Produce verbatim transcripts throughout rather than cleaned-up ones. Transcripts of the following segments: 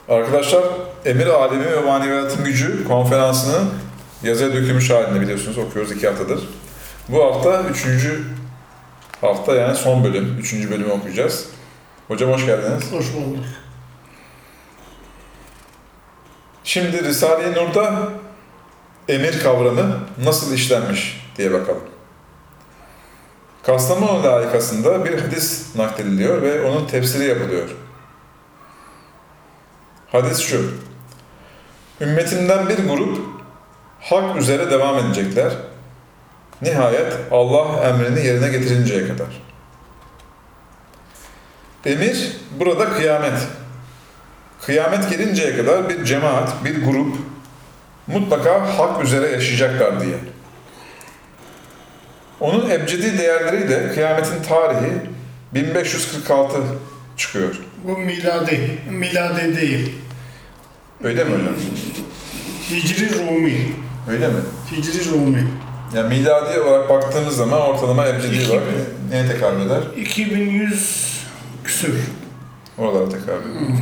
Arkadaşlar, Emir Alemi ve Maneviyatın Gücü konferansını yazıya dökülmüş halinde biliyorsunuz okuyoruz iki haftadır. Bu hafta üçüncü hafta yani son bölüm, üçüncü bölümü okuyacağız. Hocam hoş geldiniz. Hoş bulduk. Şimdi Risale-i Nur'da emir kavramı nasıl işlenmiş diye bakalım. Kastamonu layıkasında bir hadis naklediliyor ve onun tefsiri yapılıyor. Hadis şu: Ümmetimden bir grup hak üzere devam edecekler. Nihayet Allah emrini yerine getirinceye kadar. Emir burada kıyamet. Kıyamet gelinceye kadar bir cemaat, bir grup mutlaka hak üzere yaşayacaklar diye. Onun ebcedi değerleriyle kıyametin tarihi bin beş yüz kırk altı çıkıyor. Bu miladi, miladi değil. Öyle mi hocam? Hicri Rumi. Öyle mi? Hicri Rumi. Yani miladi olarak baktığımız zaman ortalama ebcedi İki var. bin. Neye tekabül eder? iki bin yüz küsür. Oralara tekabül eder.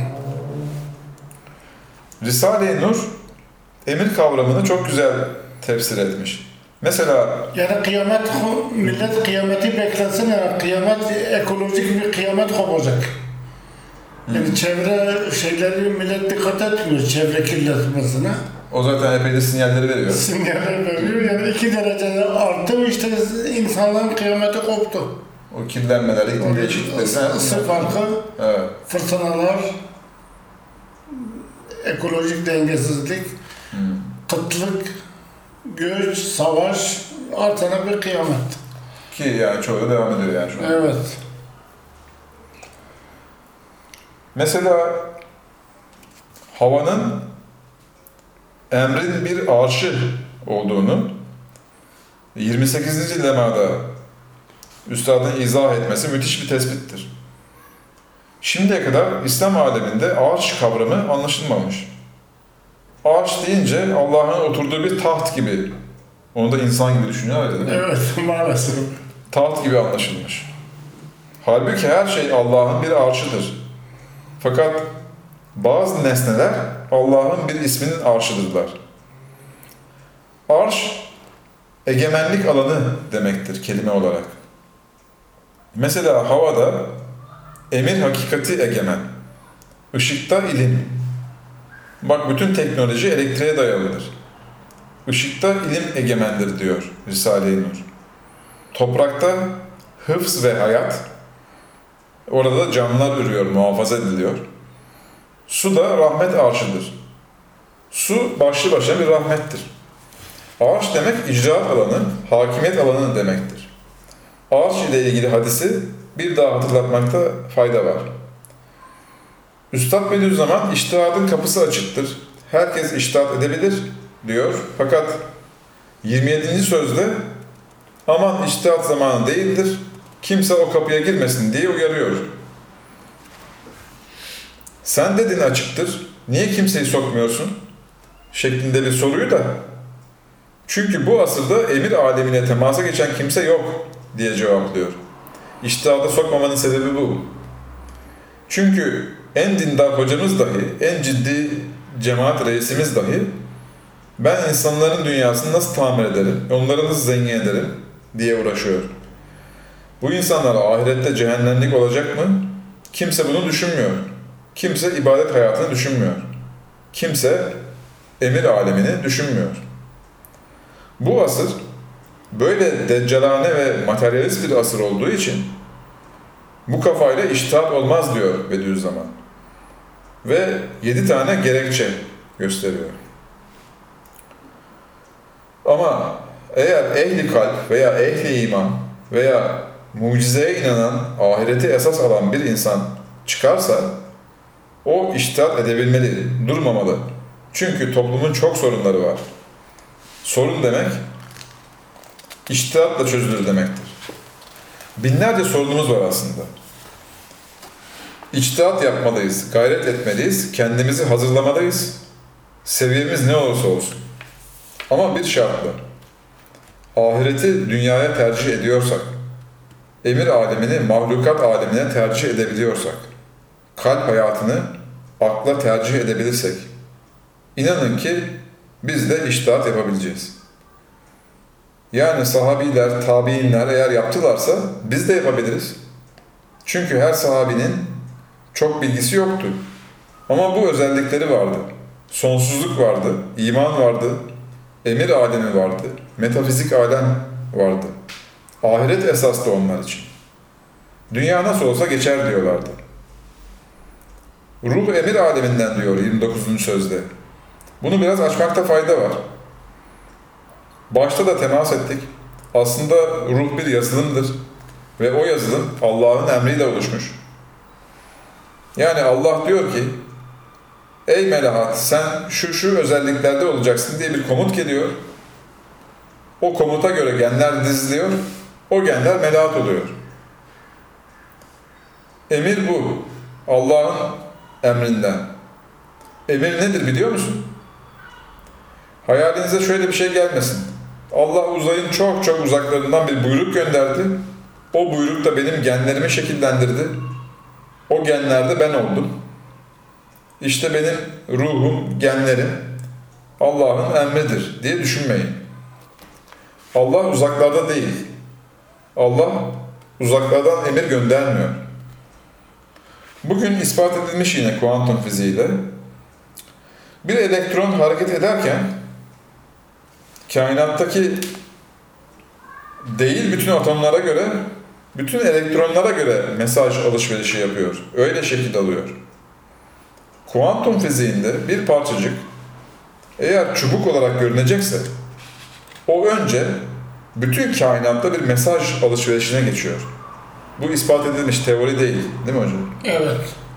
Risale-i Nur emir kavramını çok güzel tefsir etmiş. Mesela Yani kıyamet, millet kıyameti beklesin, yani kıyamet, ekolojik bir kıyamet kopacak. Yani hmm. çevre şeyleri millet dikkat etmiyor, çevre kirletmesine. O zaten epey de sinyalleri veriyor. Sinyaller veriyor, yani iki derece arttı, işte insanların kıyameti koptu. O kirlenmeler, iklim değişiklikleri. Isı farkı, evet. Fırtınalar, ekolojik dengesizlik, hmm. kıtlık, göç, savaş, artana bir kıyamet. Ki yani çoğu da devam ediyor yani şu an. Evet. Mesela havanın emrin bir arşı olduğunu yirmi sekizinci lemada üstadın izah etmesi müthiş bir tespittir. Şimdiye kadar İslam aleminde arş kavramı anlaşılmamış. Arş deyince Allah'ın oturduğu bir taht gibi, onu da insan gibi düşünüyorlar değil mi? Evet, maalesef. Taht gibi anlaşılmış. Halbuki her şey Allah'ın bir arşıdır. Fakat bazı nesneler Allah'ın bir isminin arşıdırlar. Arş, egemenlik alanı demektir kelime olarak. Mesela havada emir hakikati egemen, ışıkta ilim. Bak bütün teknoloji elektriğe dayalıdır. Işıkta ilim egemendir diyor Risale-i Nur. Toprakta hıfz ve hayat, orada canlılar ürüyor, muhafaza ediliyor. Su da rahmet arşıdır. Su başlı başına bir rahmettir. Arş demek icraat alanı, hakimiyet alanı demektir. Arş ile ilgili hadisi bir daha hatırlatmakta fayda var. Üstad Bediüzzaman içtihadın kapısı açıktır. Herkes içtihat edebilir diyor. Fakat yirmi yedinci sözde aman içtihat zamanı değildir, kimse o kapıya girmesin diye uyarıyor. Sen dedin açıktır, niye kimseyi sokmuyorsun? Şeklinde bir soruyu da çünkü bu asırda emir alemine temasa geçen kimse yok diye cevaplıyor. İçtihada sokmamanın sebebi bu. Çünkü en dindar hocamız dahi, en ciddi cemaat reisimiz dahi ben insanların dünyasını nasıl tamir ederim, onları nasıl zengin ederim diye uğraşıyor. Bu insanlar ahirette cehennemlik olacak mı? Kimse bunu düşünmüyor. Kimse ibadet hayatını düşünmüyor. Kimse emir alemini düşünmüyor. Bu asır böyle deccalane ve materyalist bir asır olduğu için bu kafayla içtihat olmaz diyor Bediüzzaman. Ve yedi tane gerekçe gösteriyor. Ama eğer ehli kalp veya ehli iman veya mucizeye inanan, ahireti esas alan bir insan çıkarsa o içtihat edebilmeli, durmamalı. Çünkü toplumun çok sorunları var. Sorun demek, içtihatla çözülür demektir. Binlerce sorunumuz var aslında. İçtihat yapmalıyız, gayret etmeliyiz, kendimizi hazırlamalıyız. Seviyemiz ne olursa olsun. Ama bir şartla. Ahireti dünyaya tercih ediyorsak, emir alemini mahlukat alemine tercih edebiliyorsak, kalp hayatını akla tercih edebilirsek, inanın ki biz de içtihat yapabileceğiz. Yani sahabiler, tabiinler eğer yaptılarsa biz de yapabiliriz. Çünkü her sahabinin çok bilgisi yoktu. Ama bu özellikleri vardı. Sonsuzluk vardı, iman vardı, emir alemi vardı, metafizik alem vardı. Ahiret esastı onlar için. Dünya nasıl olsa geçer diyorlardı. Ruh emir aleminden diyor yirmi dokuzuncu sözde. Bunu biraz açmakta fayda var. Başta da temas ettik. Aslında ruh bir yazılımdır ve o yazılım Allah'ın emriyle oluşmuş. Yani Allah diyor ki, ey Melahat sen şu şu özelliklerde olacaksın diye bir komut geliyor. O komuta göre genler diziliyor, o genler Melahat oluyor. Emir bu, Allah'ın emrinden. Emir nedir biliyor musun? Hayalinize şöyle bir şey gelmesin. Allah uzayın çok çok uzaklarından bir buyruk gönderdi. O buyruk da benim genlerimi şekillendirdi. O genlerde ben oldum. İşte benim ruhum, genlerim Allah'ın emridir diye düşünmeyin. Allah uzaklarda değil. Allah uzaklardan emir göndermiyor. Bugün ispat edilmiş yine kuantum fiziğiyle bir elektron hareket ederken kainattaki değil bütün atomlara göre, bütün elektronlara göre mesaj alışverişi yapıyor. Öyle şekil alıyor. Kuantum fiziğinde bir parçacık eğer çubuk olarak görünecekse o önce bütün kainatta bir mesaj alışverişine geçiyor. Bu ispat edilmiş teori değil, değil mi hocam? Evet.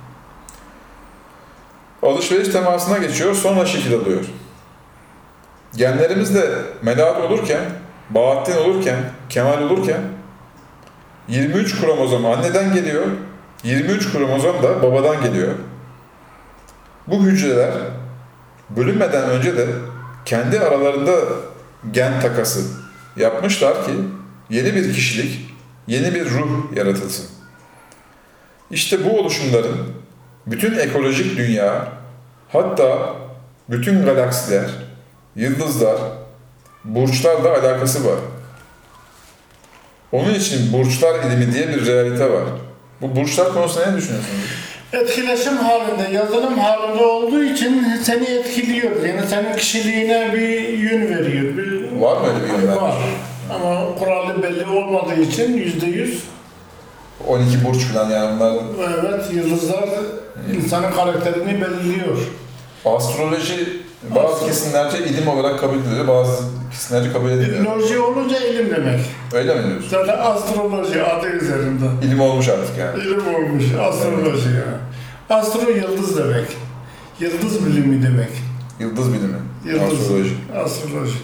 Alışveriş temasına geçiyor, sonra şekil alıyor. Genlerimiz de Melahat olurken, Bahattin olurken, Kemal olurken yirmi üç kromozom anneden geliyor, yirmi üç kromozom da babadan geliyor. Bu hücreler bölünmeden önce de kendi aralarında gen takası yapmışlar ki yeni bir kişilik, yeni bir ruh yaratılsın. İşte bu oluşumların bütün ekolojik dünya, hatta bütün galaksiler, yıldızlar, burçlarla alakası var. Onun için burçlar ilmi diye bir realite var. Bu burçlar konusunda ne düşünüyorsunuz? Etkileşim halinde, yazılım halinde olduğu için seni etkiliyor. Yani senin kişiliğine bir yön veriyor. Bir, Var mı öyle bir yön? Var. Ama kuralı belli olmadığı için yüzde yüz. on iki burç falan yani bunlar... Evet, yıldızlar insanın karakterini belirliyor. Astroloji bazı Astro- kesimlerce ilim olarak kabul ediliyor, bazı kesimlerce kabul edilmiyor. Loji olunca ilim demek. Öyle mi diyorsun? Zaten astroloji adı üzerinde. İlim olmuş artık yani. İlim olmuş, astroloji yani. Astro yıldız demek. Yıldız bilimi demek. Yıldız bilimi, Yıldız, astroloji. astroloji.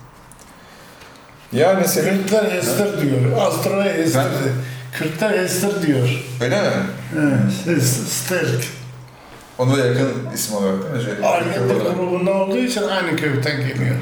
Yani senin... Kürtler Hester diyor. Astro Hester. Kürtler Hester diyor. Öyle mi? Evet, Sterk. Ona da yakın isim olarak değil mi? Şey, Aynı köy olarak. grubunda olduğu için aynı kökten geliyor.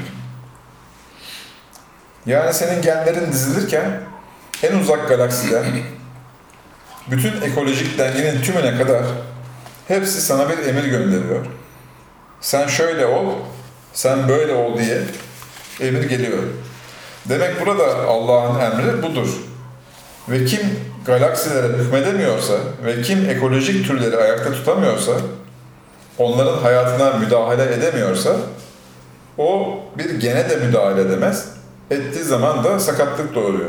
Yani senin genlerin dizilirken en uzak galaksiden bütün ekolojik dengenin tümüne kadar hepsi sana bir emir gönderiyor. Sen şöyle ol, sen böyle ol diye emir geliyor. Demek burada Allah'ın emri budur. Ve kim galaksilere hükmedemiyorsa ve kim ekolojik türleri ayakta tutamıyorsa, onların hayatına müdahale edemiyorsa, o bir gene de müdahale edemez. Ettiği zaman da sakatlık doğuruyor.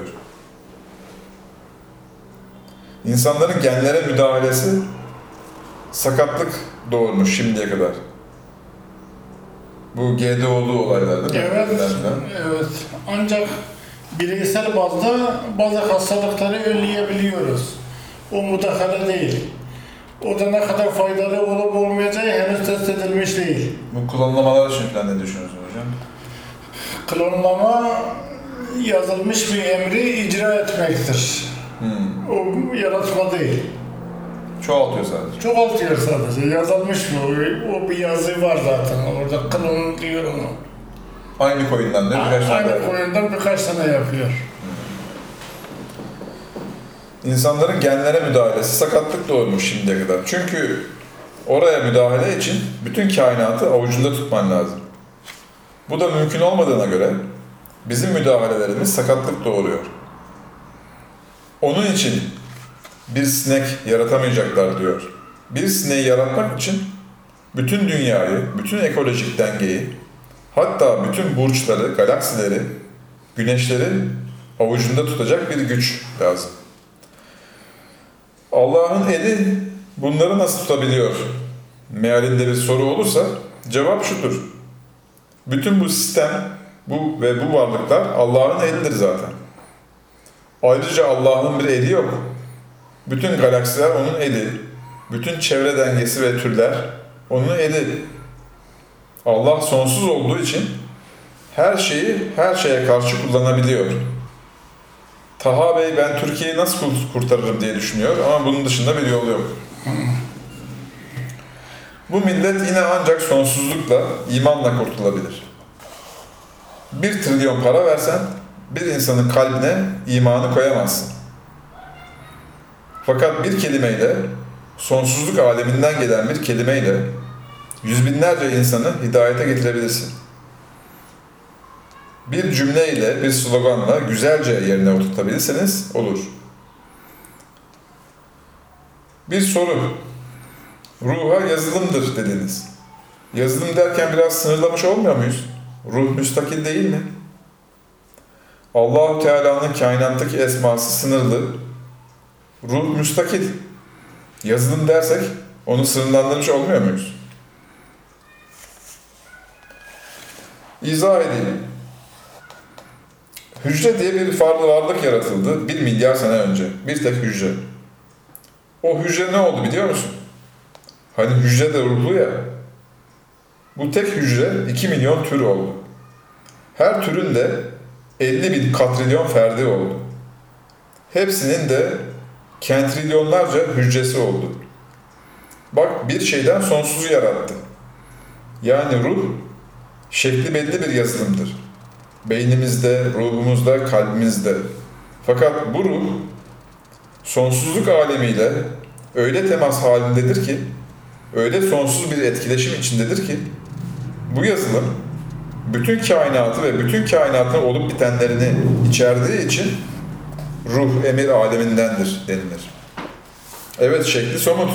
İnsanların genlere müdahalesi sakatlık doğurmuş şimdiye kadar. Bu G D O'lu olaylar değil mi? Evet, Falan. evet. Ancak bireysel bazda bazı hastalıkları önleyebiliyoruz. O müdahale değil. O da ne kadar faydalı olup olmayacağı henüz test edilmiş değil. Bu klonlamalar için falan ne düşünüyorsunuz hocam? Klonlama yazılmış bir emri icra etmektir. Hmm. O yaratma değil. Çoğaltıyor sadece. Çoğaltıyor sadece. Yazılmış mı? O bir yazı var zaten. Orada klon diyor onu. Aynı koyundan değil mi? Birkaç tane Aynı daha. koyundan birkaç tane yapıyor. İnsanların genlere müdahalesi sakatlık doğurmuş şimdiye kadar. Çünkü oraya müdahale için bütün kainatı avucunda tutman lazım. Bu da mümkün olmadığına göre bizim müdahalelerimiz sakatlık doğuruyor. Onun için bir sinek yaratamayacaklar diyor. Bir sineği yaratmak için bütün dünyayı, bütün ekolojik dengeyi, hatta bütün burçları, galaksileri, güneşleri avucunda tutacak bir güç lazım. Allah'ın eli bunları nasıl tutabiliyor mealinde bir soru olursa cevap şudur. Bütün bu sistem bu ve bu varlıklar Allah'ın elidir zaten. Ayrıca Allah'ın bir eli yok. Bütün galaksiler onun eli, bütün çevre dengesi ve türler onun eli. Allah sonsuz olduğu için her şeyi her şeye karşı kullanabiliyor. Taha Bey ben Türkiye'yi nasıl kurtarırım diye düşünüyor ama bunun dışında bir yol yok. Bu millet yine ancak sonsuzlukla, imanla kurtulabilir. Bir trilyon para versen bir insanın kalbine imanı koyamazsın. Fakat bir kelimeyle, sonsuzluk aleminden gelen bir kelimeyle yüz binlerce insanı hidayete getirebilirsin. Bir cümleyle, bir sloganla güzelce yerine oturtabilirseniz olur. Bir soru. Ruha yazılımdır dediniz. Yazılım derken biraz sınırlamış olmuyor muyuz? Ruh müstakil değil mi? Allah-u Teala'nın kainattaki esması sınırlı. Ruh müstakil. Yazılım dersek onu sınırlandırmış olmuyor muyuz? İzah edeyim. Hücre diye bir farklı varlık yaratıldı bir milyar sene önce. Bir tek hücre. O hücre ne oldu biliyor musun? Hani hücre de ruhlu ya. Bu tek hücre iki milyon tür oldu. Her türün de elli bin katrilyon ferdi oldu. Hepsinin de kentrilyonlarca hücresi oldu. Bak bir şeyden sonsuzu yarattı. Yani ruh, şekli belli bir yazılımdır. Beynimizde, ruhumuzda, kalbimizde. Fakat bu ruh, sonsuzluk alemiyle öyle temas halindedir ki, öyle sonsuz bir etkileşim içindedir ki, bu yazılım, bütün kainatı ve bütün kainatın olup bitenlerini içerdiği için ruh emir alemindendir denilir. Evet, şekli somut.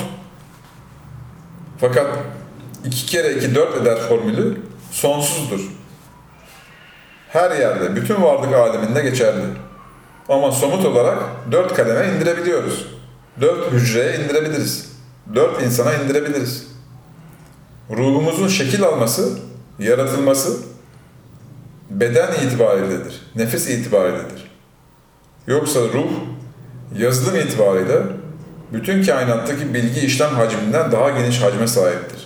Fakat iki kere iki dört eder formülü sonsuzdur. Her yerde, bütün varlık aleminde geçerli. Ama somut olarak dört kaleme indirebiliyoruz. Dört hücreye indirebiliriz. Dört insana indirebiliriz. Ruhumuzun şekil alması, yaratılması beden itibariyledir, nefis itibariyledir. Yoksa ruh, yazılım itibariyle bütün kainattaki bilgi işlem hacminden daha geniş hacme sahiptir.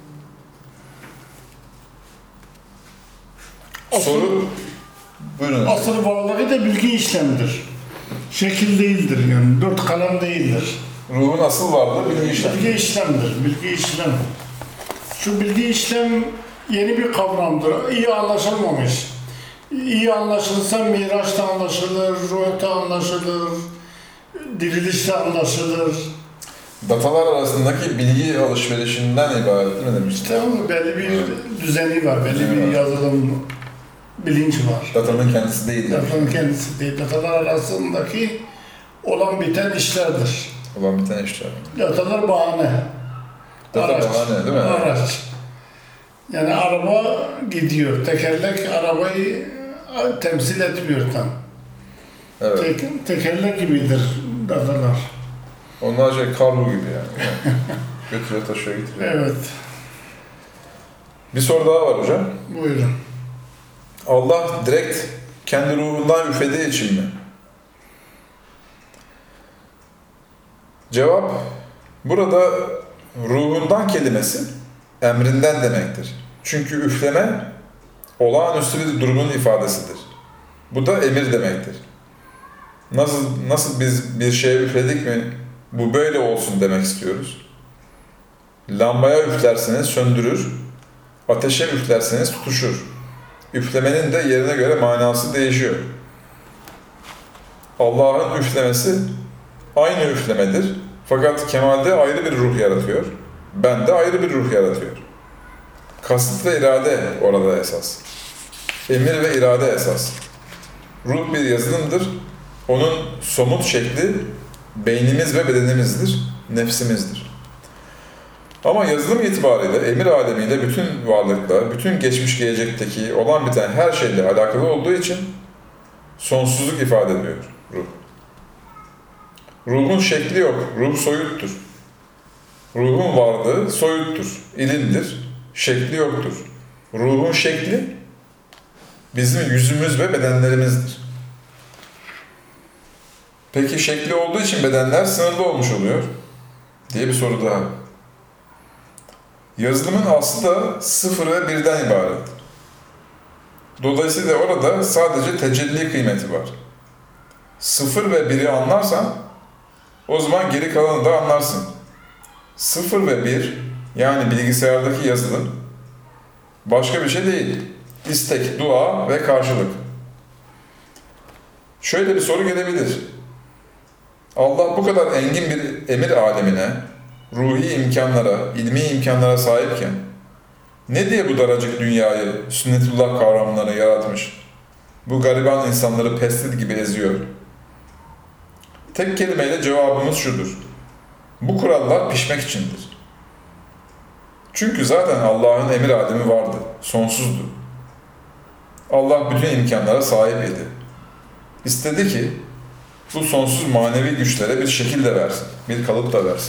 Soru, buyurun. Asıl varlığı da bilgi işlemidir. Şekil değildir yani, dört kalem değildir. Ruhun asıl varlığı bilgi işlem. Bilgi işlemdir, bilgi işlem. Şu bilgi işlem yeni bir kavramdır, iyi anlaşılmamış. İyi anlaşılsa Miraç'ta anlaşılır, Ruh'ta anlaşılır, Diriliş'te anlaşılır. Datalar arasındaki bilgi alışverişinden ibaret değil mi demiştik? Tamam, belli bir düzeni var, belli bir yazılım, bilinç var. Datanın kendisi değil. Datanın kendisi değil, datalar arasındaki olan biten işlerdir. Olan biten işler. Datalar bahane. Data Araç. bahane değil mi? Araç. Yani araba gidiyor, tekerlek arabayı temsil etmiyor tam. Evet. Tek, tekerlek gibidir datalar. Onlar şey kargo gibi yani. Götürüyor, taşıyor, getiriyor. Evet, Bir soru daha var hocam. buyurun. Allah direkt kendi ruhundan üflediği için mi? Cevap, burada ruhundan kelimesi emrinden demektir. Çünkü üfleme olağanüstü bir durumun ifadesidir. Bu da emir demektir. Nasıl nasıl biz bir şeye üfledik mi, bu böyle olsun demek istiyoruz. Lambaya üflerseniz söndürür, ateşe üflerseniz tutuşur. Üflemenin de yerine göre manası değişiyor. Allah'ın üflemesi aynı üflemedir. Fakat kemalde ayrı bir ruh yaratıyor. bende ayrı bir ruh yaratıyor. Kasıt ve irade orada esas. Emir ve irade esas. Ruh bir yazılımdır. Onun somut şekli beynimiz ve bedenimizdir, nefsimizdir. Ama yazılım itibariyle emir alemiyle bütün varlıkla, bütün geçmiş gelecekteki olan biten her şeyle alakalı olduğu için sonsuzluk ifade ediyor ruh. Ruhun şekli yok, ruh soyuttur. Ruhun varlığı soyuttur, ilimdir, şekli yoktur. Ruhun şekli bizim yüzümüz ve bedenlerimizdir. Peki şekli olduğu için bedenler sınırlı olmuş oluyor diye bir soru daha. Yazılımın aslı da sıfır ve birden ibaret. Dolayısıyla orada sadece tecelli kıymeti var. Sıfır ve biri anlarsan, o zaman geri kalanı da anlarsın. Sıfır ve bir, yani bilgisayardaki yazılım, başka bir şey değil. İstek, dua ve karşılık. Şöyle bir soru gelebilir. Allah bu kadar engin bir emir alemine, ruhi imkanlara, ilmi imkanlara sahipken, ne diye bu daracık dünyayı, sünnetullah kavramlarını yaratmış, bu gariban insanları pestil gibi eziyor? Tek kelimeyle cevabımız şudur: bu kurallar pişmek içindir. Çünkü zaten Allah'ın emir alemi vardı, sonsuzdu. Allah bütün imkanlara sahip idi. İstedi ki, bu sonsuz manevi güçlere bir şekil de versin, bir kalıp da versin.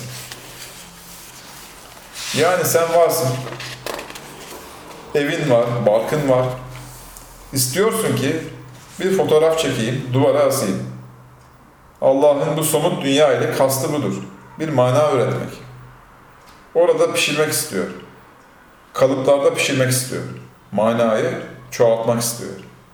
Yani sen varsın, evin var, barkın var. İstiyorsun ki bir fotoğraf çekeyim, duvara asayım. Allah'ın bu somut dünya ile kastı budur. Bir mana üretmek. Orada pişirmek istiyor. Kalıplarda pişirmek istiyor. Manayı çoğaltmak istiyor.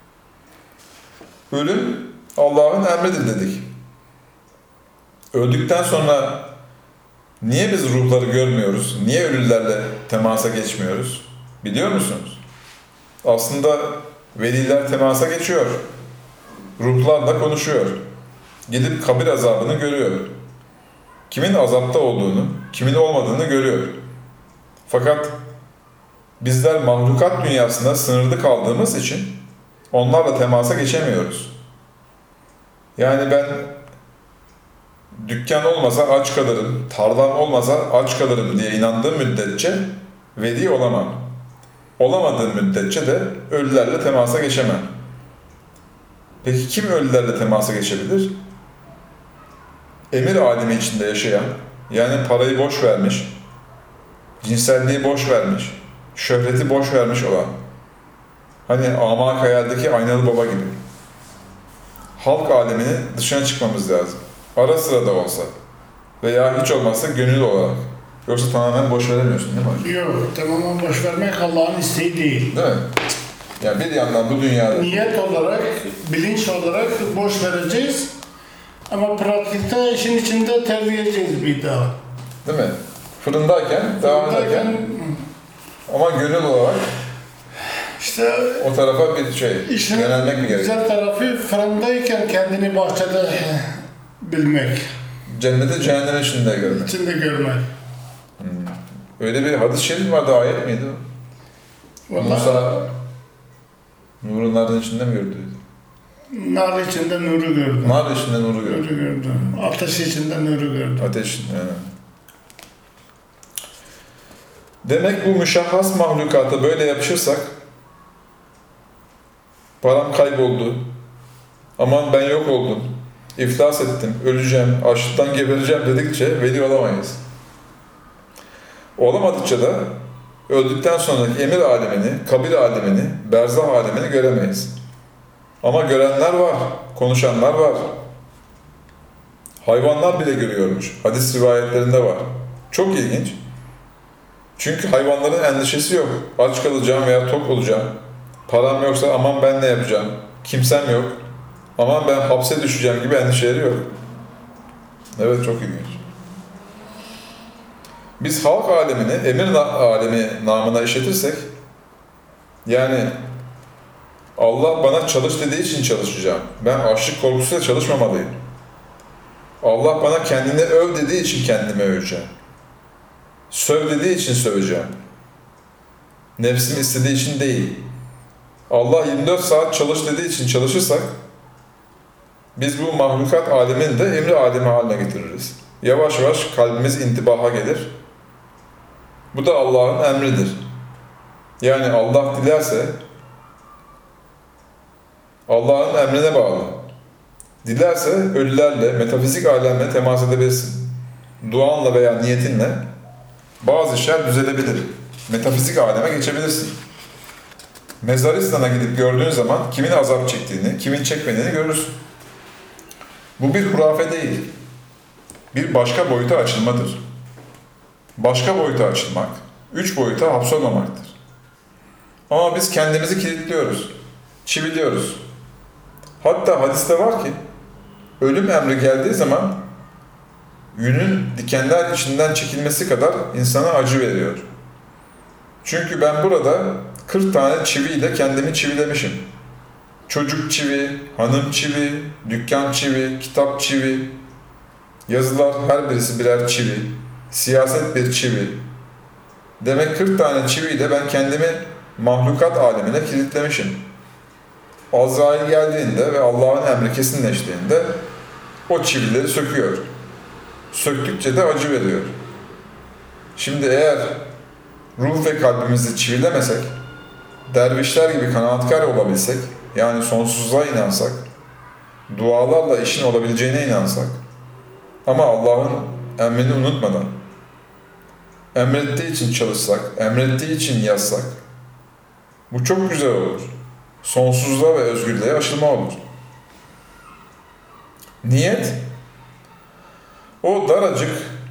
Ölüm Allah'ın emridir dedik. Öldükten sonra niye biz ruhları görmüyoruz? Niye ölülerle temasa geçmiyoruz? Biliyor musunuz? Aslında veliler temasa geçiyor. Ruhlarla konuşuyor. Gidip kabir azabını görüyor. Kimin azapta olduğunu, kimin olmadığını görüyor. Fakat bizler mahlukat dünyasında sınırlı kaldığımız için onlarla temasa geçemiyoruz. Yani ben dükkan olmasa aç kalırım, tarlam olmasa aç kalırım diye inandığım müddetçe veli olamam. Olamadığım müddetçe de ölülerle temasa geçemem. Peki kim ölülerle temasa geçebilir? Emir alemi içinde yaşayan, yani parayı boş vermiş, cinselliği boş vermiş, şöhreti boş vermiş olan, hani Amak Hayal'deki Aynalı Baba gibi. Halk aleminin dışına çıkmamız lazım. Ara sıra da olsa veya hiç olmazsa gönüllü olarak. Yoksa tamamen boş veremiyorsun değil mi? Yok, tamamen boş vermek Allah'ın isteği değil. Değil mi? Yani bir yandan bu dünyada... Niyet olarak, bilinç olarak boş vereceğiz. Ama pratikte işin içinde terleyeceğiz bir daha. Değil mi? Fırındayken, devam ederken ama gönül olarak işte o tarafa bir şey, işin yönelmek mi gerekiyor? Güzel tarafı fırındayken kendini bahçede bilmek. Cenneti cehennemin içinde görmek. İçinde görmek. Hmm. Öyle bir hadis-i şerif vardı, ayet miydi o? Vallahi, Musa nurun narın içinde mi gördü? nar içinde nuru gördüm. Nar içinde nuru gördü. Nuru gördüm. Ateş içinde nuru gördüm. Ateş, yani. Demek bu müşahhas mahlukata böyle yapışırsak, param kayboldu, aman ben yok oldum, iflas ettim, öleceğim, açlıktan gebereceğim dedikçe veli olamayız. Olamadıkça da öldükten sonraki emir alemini, kabir alemini, berzah alemini göremeyiz. Ama görenler var, konuşanlar var. Hayvanlar bile görüyormuş. Hadis rivayetlerinde var. Çok ilginç. Çünkü hayvanların endişesi yok. Aç kalacağım veya tok olacağım. Param yoksa aman ben ne yapacağım? Kimsem yok. Aman ben hapse düşeceğim gibi endişeleri yok. Evet, çok ilginç. Biz halk alemini emir alemi namına işletirsek, yani Allah bana çalış dediği için çalışacağım. Ben açlık korkusuyla çalışmamalıyım. Allah bana kendini öv dediği için kendimi öveceğim. Söv dediği için söveceğim. Nefsim istediği için değil. Allah yirmi dört saat çalış dediği için çalışırsak, biz bu mahlukat alemini de emri alemi haline getiririz. Yavaş yavaş kalbimiz intibaha gelir. Bu da Allah'ın emridir. Yani Allah dilerse, Allah'ın emrine bağlı. Dilerse ölülerle, metafizik alemle temas edebilirsin. Duanla veya niyetinle bazı işler düzelebilir. Metafizik aleme geçebilirsin. Mezaristan'a gidip gördüğün zaman kimin azap çektiğini, kimin çekmediğini görürsün. Bu bir hurafe değil. Bir başka boyuta açılmadır. Başka boyuta açılmak, üç boyuta hapsolmamaktır. Ama biz kendimizi kilitliyoruz, çiviliyoruz. Hatta hadiste var ki, ölüm emri geldiği zaman yünün dikenler içinden çekilmesi kadar insana acı veriyor. Çünkü ben burada kırk tane çiviyle kendimi çivilemişim. Çocuk çivi, hanım çivi, dükkan çivi, kitap çivi, yazılar her birisi birer çivi, siyaset bir çivi. Demek kırk tane çiviyle ben kendimi mahlukat alemine kilitlemişim. Azrail geldiğinde ve Allah'ın emri kesinleştiğinde o çivileri söküyor. Söktükçe de acı veriyor. Şimdi eğer ruh ve kalbimizi çivilemesek, dervişler gibi kanaatkar olabilsek, yani sonsuzluğa inansak, dualarla işin olabileceğine inansak, ama Allah'ın emrini unutmadan, emrettiği için çalışsak, emrettiği için yazsak, bu çok güzel olur. Sonsuzluğa ve özgürlüğe aşılma olur. Niyet, o daracık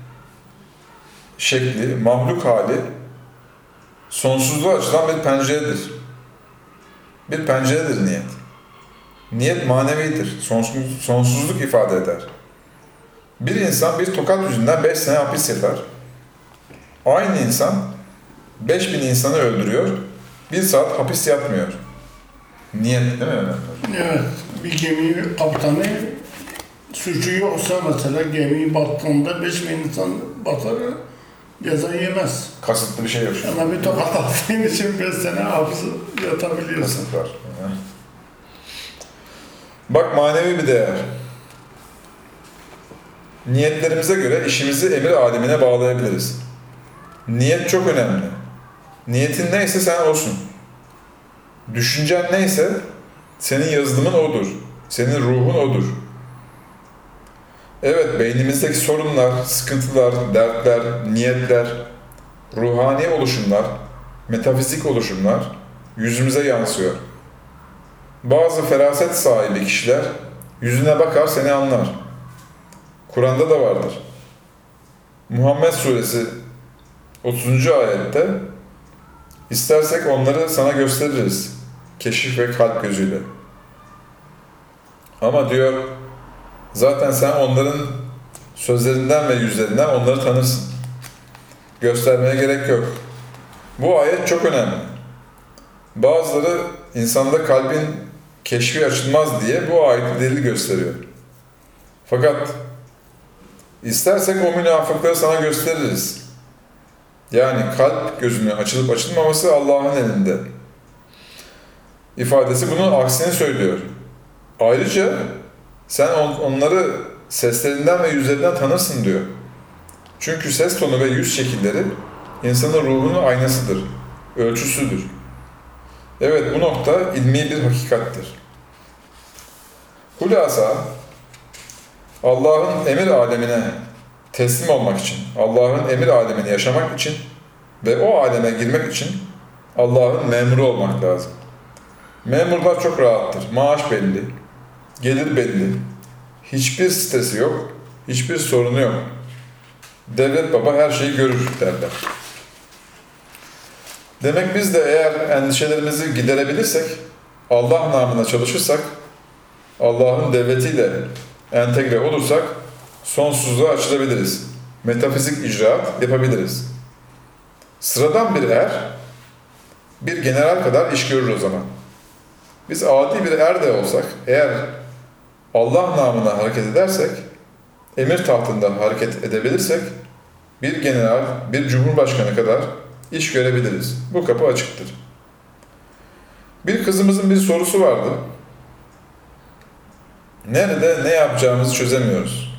şekli, mahluk hali, sonsuzluğa açılan bir penceredir. Bir penceredir niyet. Niyet manevidir, sonsuz, sonsuzluk ifade eder. Bir insan bir tokat yüzünden beş sene hapis yatar. Aynı insan beş bin insanı öldürüyor, bir saat hapis yatmıyor. Niyet değil mi öyle? Evet, bir gemi kaptanı suçu yoksa mesela gemi battığında beş bin insan batar, ceza yemez. Kasıtlı bir şey yok. Ama bir tokat attığın için beş sene hapis yatabiliyorsun. Kasıt var. Bak manevi bir değer. Niyetlerimize göre işimizi emir alemine bağlayabiliriz. Niyet çok önemli. Niyetin neyse sen olsun. Düşüncen neyse senin yazılımın odur. Senin ruhun odur. Evet, beynimizdeki sorunlar, sıkıntılar, dertler, niyetler, ruhani oluşumlar, metafizik oluşumlar yüzümüze yansıyor. Bazı feraset sahibi kişiler yüzüne bakar seni anlar. Kur'an'da da vardır. Muhammed Suresi otuzuncu ayette istersek onları sana gösteririz. Keşif ve kalp gözüyle. Ama diyor, zaten sen onların sözlerinden ve yüzlerinden onları tanırsın. Göstermeye gerek yok. Bu ayet çok önemli. Bazıları insanda kalbin keşfi açılmaz diye bu ayeti delil gösteriyor. Fakat istersek o münafıkları sana gösteririz. Yani kalp gözünün açılıp açılmaması Allah'ın elinde. İfadesi bunun aksini söylüyor. Ayrıca sen on, onları seslerinden ve yüzlerinden tanırsın diyor. Çünkü ses tonu ve yüz şekilleri insanın ruhunun aynasıdır, ölçüsüdür. Evet, bu nokta ilmi bir hakikattir. Hulasa, Allah'ın emir alemine teslim olmak için, Allah'ın emir alemini yaşamak için ve o aleme girmek için Allah'ın memuru olmak lazım. Memurlar çok rahattır. Maaş belli, gelir belli, hiçbir stresi yok, hiçbir sorunu yok. Devlet baba her şeyi görür derler. Demek biz de eğer endişelerimizi giderebilirsek, Allah namına çalışırsak, Allah'ın devletiyle entegre olursak, sonsuzluğa açılabiliriz. Metafizik icraat yapabiliriz. Sıradan bir er, bir general kadar iş görür o zaman. Biz adi bir er de olsak, eğer Allah namına hareket edersek, emir tahtında hareket edebilirsek, bir general, bir cumhurbaşkanı kadar iş görebiliriz. Bu kapı açıktır. Bir kızımızın bir sorusu vardı. Nerede ne yapacağımızı çözemiyoruz.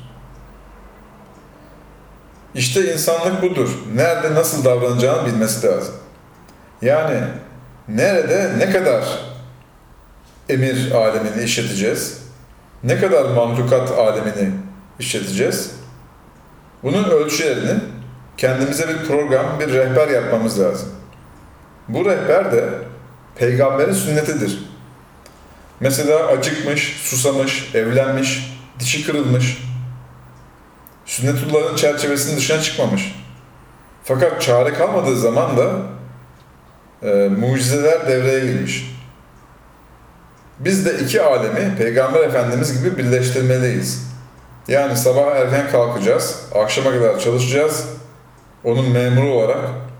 İşte insanlık budur. Nerede nasıl davranacağını bilmesi lazım. Yani nerede ne kadar emir alemini işleteceğiz, ne kadar mahlukat alemini işleteceğiz, bunun ölçülerini kendimize bir program, bir rehber yapmamız lazım. Bu rehber de peygamberin sünnetidir. Mesela acıkmış, susamış, evlenmiş, dişi kırılmış, sünnetullah'ın çerçevesinin dışına çıkmamış. Fakat çare kalmadığı zaman da e, mucizeler devreye girmiş. Biz de iki alemi Peygamber Efendimiz gibi birleştirmeliyiz. Yani sabah erken kalkacağız, akşama kadar çalışacağız, onun memuru olarak.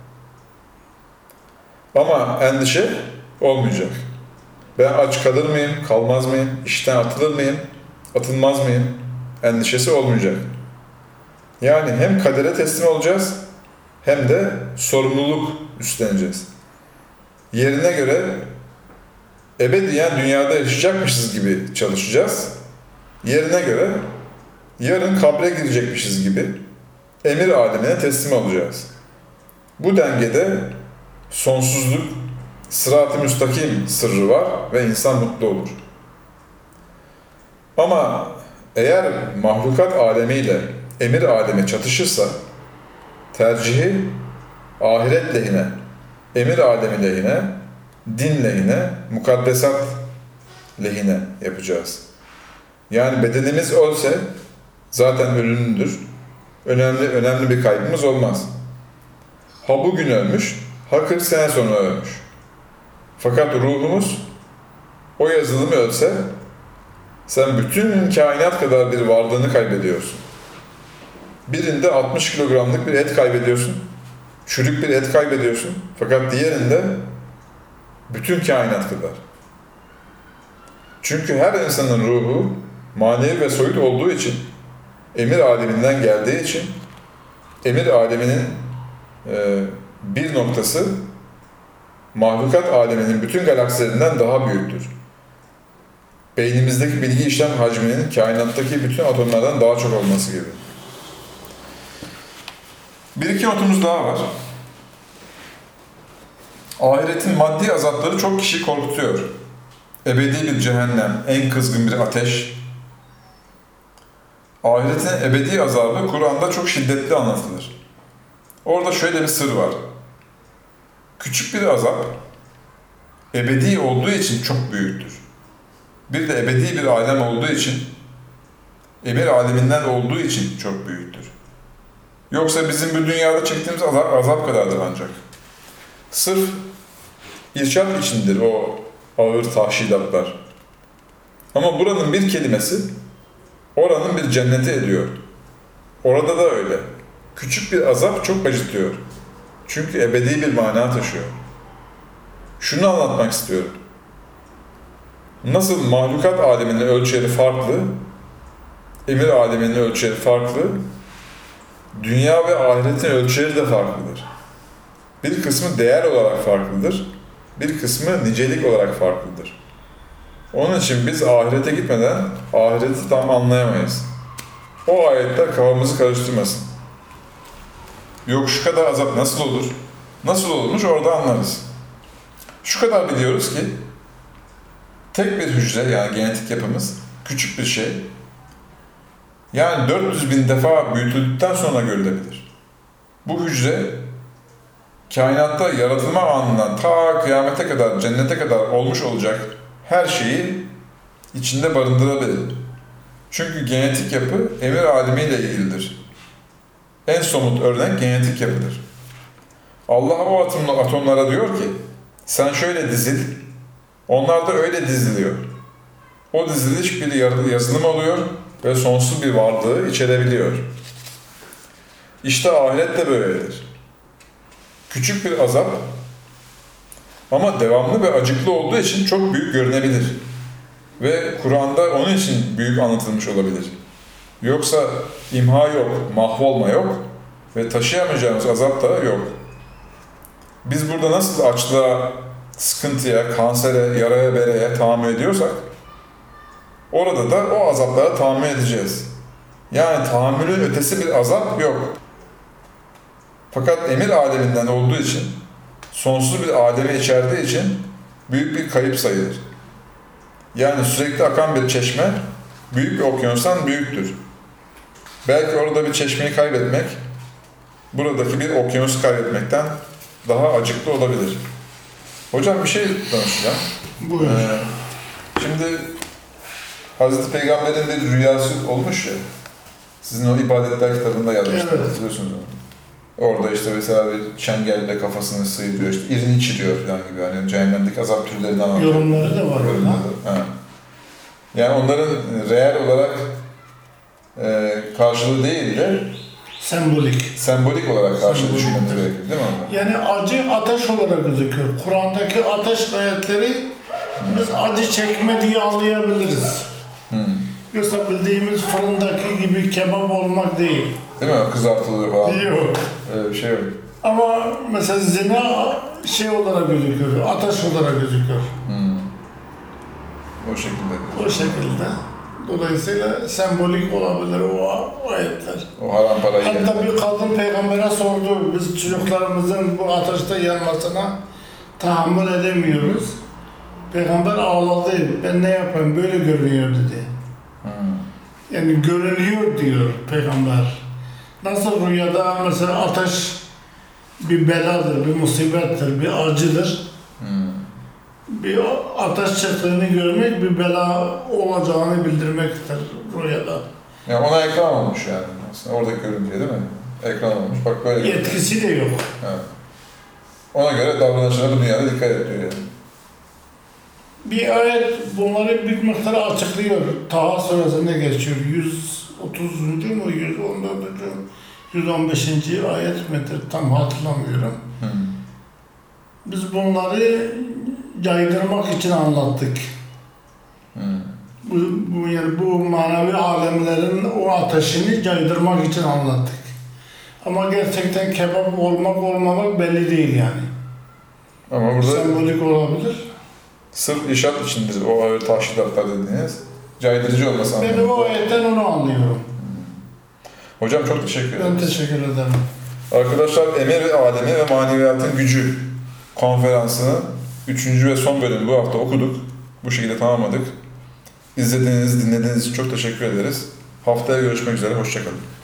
Ama endişe olmayacak. Ben aç kalır mıyım, kalmaz mıyım, işten atılır mıyım, atılmaz mıyım endişesi olmayacak. Yani hem kadere teslim olacağız, hem de sorumluluk üstleneceğiz. Yerine göre ebediyen dünyada yaşayacakmışız gibi çalışacağız. Yerine göre yarın kabre girecekmişiz gibi emir alemine teslim olacağız. Bu dengede sonsuzluk, sırat-ı müstakim sırrı var ve insan mutlu olur. Ama eğer mahlukat alemiyle emir alemi çatışırsa tercihi ahiret lehine, emir alemi lehine, din lehine, mukaddesat lehine yapacağız. Yani bedenimiz ölse zaten ölümlüdür. Önemli önemli bir kaybımız olmaz. Ha bugün ölmüş, ha kırk sene sonra ölmüş. Fakat ruhumuz o yazılımı ölse sen bütün kainat kadar bir varlığını kaybediyorsun. Birinde altmış kilogramlık bir et kaybediyorsun. Çürük bir et kaybediyorsun. Fakat diğerinde bütün kainat kadar. Çünkü her insanın ruhu manevi ve soyut olduğu için, emir aleminden geldiği için, emir aleminin e, bir noktası mahlukat aleminin bütün galaksilerinden daha büyüktür. Beynimizdeki bilgi işlem hacminin kainattaki bütün atomlardan daha çok olması gibi. Bir iki notumuz daha var. Ahiretin maddi azapları çok kişi korkutuyor. Ebedi bir cehennem, en kızgın bir ateş. Ahiretin ebedi azabı Kur'an'da çok şiddetli anlatılır. Orada şöyle bir sır var. Küçük bir azap, ebedi olduğu için çok büyüktür. Bir de ebedi bir alem olduğu için, emir aleminden olduğu için çok büyüktür. Yoksa bizim bu dünyada çektiğimiz azap, azap kadardır ancak. Sırf irşad içindir o ağır tahşidatlar. Ama buranın bir kelimesi, oranın bir cenneti ediyor. Orada da öyle. Küçük bir azap çok acıtıyor. Çünkü ebedi bir mana taşıyor. Şunu anlatmak istiyorum. Nasıl mahlukat aleminin ölçüleri farklı, emir aleminin ölçüleri farklı, dünya ve ahiretin ölçüleri de farklıdır. Bir kısmı değer olarak farklıdır, bir kısmı nicelik olarak farklıdır. Onun için biz ahirete gitmeden ahireti tam anlayamayız. O ayetler kafamızı karıştırmasın. Yok şu kadar azap nasıl olur? Nasıl olurmuş orada anlarız. Şu kadar biliyoruz ki tek bir hücre, yani genetik yapımız küçük bir şey. Yani dört yüz bin defa büyütüldükten sonra görülebilir. Bu hücre kainatta yaratılma anından ta kıyamete kadar, cennete kadar olmuş olacak her şeyi içinde barındırabilir. Çünkü genetik yapı emir alemiyle ilgilidir. En somut örnek genetik yapıdır. Allah o atomlara diyor ki, sen şöyle dizil, onlar da öyle diziliyor. O diziliş bir yazılım oluyor ve sonsuz bir varlığı içerebiliyor. İşte ahiret de böyledir. Küçük bir azap ama devamlı ve acıklı olduğu için çok büyük görünebilir. Ve Kur'an'da onun için büyük anlatılmış olabilir. Yoksa imha yok, mahvolma yok. ve taşıyamayacağımız azap da yok. Biz burada nasıl açlığa, sıkıntıya, kansere, yaraya, bereye tahammül ediyorsak, orada da o azaplara tahammül edeceğiz. Yani tahammülün ötesi bir azap yok. Fakat emir aleminden olduğu için, sonsuz bir alemi içerdiği için büyük bir kayıp sayılır. Yani sürekli akan bir çeşme, büyük bir okyanustan büyüktür. Belki orada bir çeşmeyi kaybetmek, buradaki bir okyanusu kaybetmekten daha acıklı olabilir. Hocam bir şey danışacağım. Buyur. Ee, şimdi Hazreti Peygamber'in bir rüyası olmuş ya, sizin o ibadetler kitabında yazmıştınız, Evet. biliyorsunuz onu. Orada işte mesela bir çengelle kafasını sıyırıyor, işte irini içiriyor falan gibi, yani cehennemdeki azap türlerinden anlatıyor. Yorumları da var orada. Yorumları. Ha. Yani onların reel olarak e, karşılığı değil de Sembolik. sembolik olarak karşılığı Sembolik. düşünmemiz gerekir, değil mi onlar? Yani acı ateş olarak gözüküyor. Kur'an'daki ateş ayetleri biz acı çekme diye anlayabiliriz. Hmm. Yoksa bildiğimiz fırındaki gibi kebap olmak değil. Değil mi? Kızartılıyor falan. Yok. Öyle bir şey yok. Ama mesela zina şey olarak gözüküyor, ateş olarak gözüküyor. Hmm. O şekilde. O şekilde. Dolayısıyla sembolik olabilir o ayetler. O haram parayı Hatta yemek. bir kadın peygambere sordu, biz çocuklarımızın bu ateşte yanmasına tahammül edemiyoruz. Peygamber ağladı, ben ne yapayım böyle görünüyor dedi. Hmm. Yani görünüyor diyor peygamber. Nasıl rüyada mesela ateş bir beladır, bir musibettir, bir acıdır. Hmm. Bir ateş çıktığını görmek bir bela olacağını bildirmektir rüyada. Yani ona ekran olmuş yani aslında oradaki görüntüye, değil mi? Ekran olmuş. Bak böyle. Yetkisi de yok. Evet. Ona göre davranışına bu dünyada dikkat et diyor yani. Bir ayet bunları bir miktar açıklıyor. Taha suresinde geçiyor. yüz otuzuncu mu, yüz on dördüncü yüz on beşinci ayet midir? Tam hatırlamıyorum. Hmm. Biz bunları caydırmak için anlattık. Hmm. Bu, bu, yani bu manevi alemlerin o ateşini caydırmak için anlattık. Ama gerçekten kebap olmak olmamak belli değil yani. Ama burada Sembolik olabilir. sırf işaret içindir o ağır tahşidatlar dediğiniz. Caydırıcı olması Ben anlamında. o ayetten onu anlıyorum. Hocam çok teşekkür ederim. Ben teşekkür ederim. Arkadaşlar Emir ve Alemi ve Maneviyatın Gücü konferansını üçüncü ve son bölümü bu hafta okuduk. Bu şekilde tamamladık. İzlediğiniz, dinlediğiniz için çok teşekkür ederiz. Haftaya görüşmek üzere, hoşça kalın.